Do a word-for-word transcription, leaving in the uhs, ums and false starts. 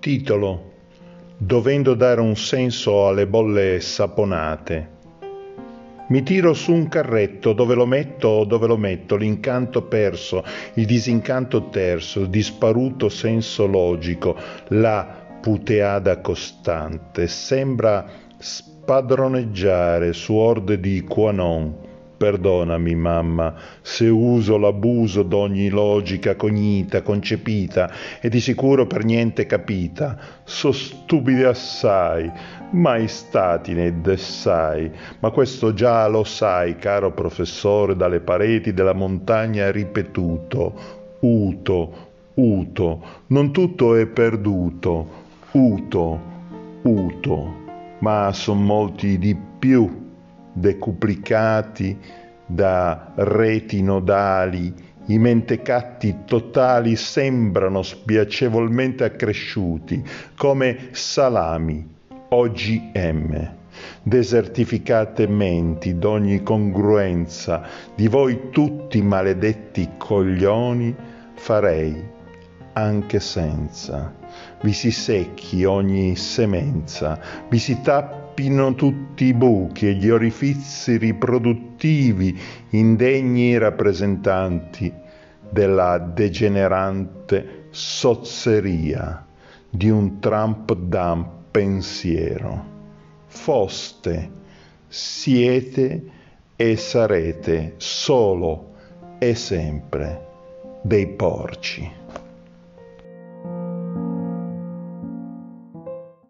Titolo: dovendo dare un senso alle bolle saponate. Mi tiro su un carretto, dove lo metto, dove lo metto, l'incanto perso, il disincanto terso, il disparuto senso logico, la puteada costante. Sembra spadroneggiare su orde di quanon. Perdonami, mamma, se uso l'abuso d'ogni logica cognita, concepita e di sicuro per niente capita. So stupidi assai, mai stati ne dessai, ma questo già lo sai, caro professore, dalle pareti della montagna ripetuto. Uto, uto, non tutto è perduto. Uto, uto, ma son molti di più, decuplicati da reti nodali. I mentecatti totali sembrano spiacevolmente accresciuti, come salami O G M. Desertificate menti d'ogni congruenza, di voi tutti maledetti coglioni, farei anche senza. Vi si secchi ogni semenza, vi si tappino tutti i buchi e gli orifizi riproduttivi, indegni rappresentanti della degenerante sozzeria di un Trump Dump pensiero. Foste, siete e sarete solo e sempre dei porci.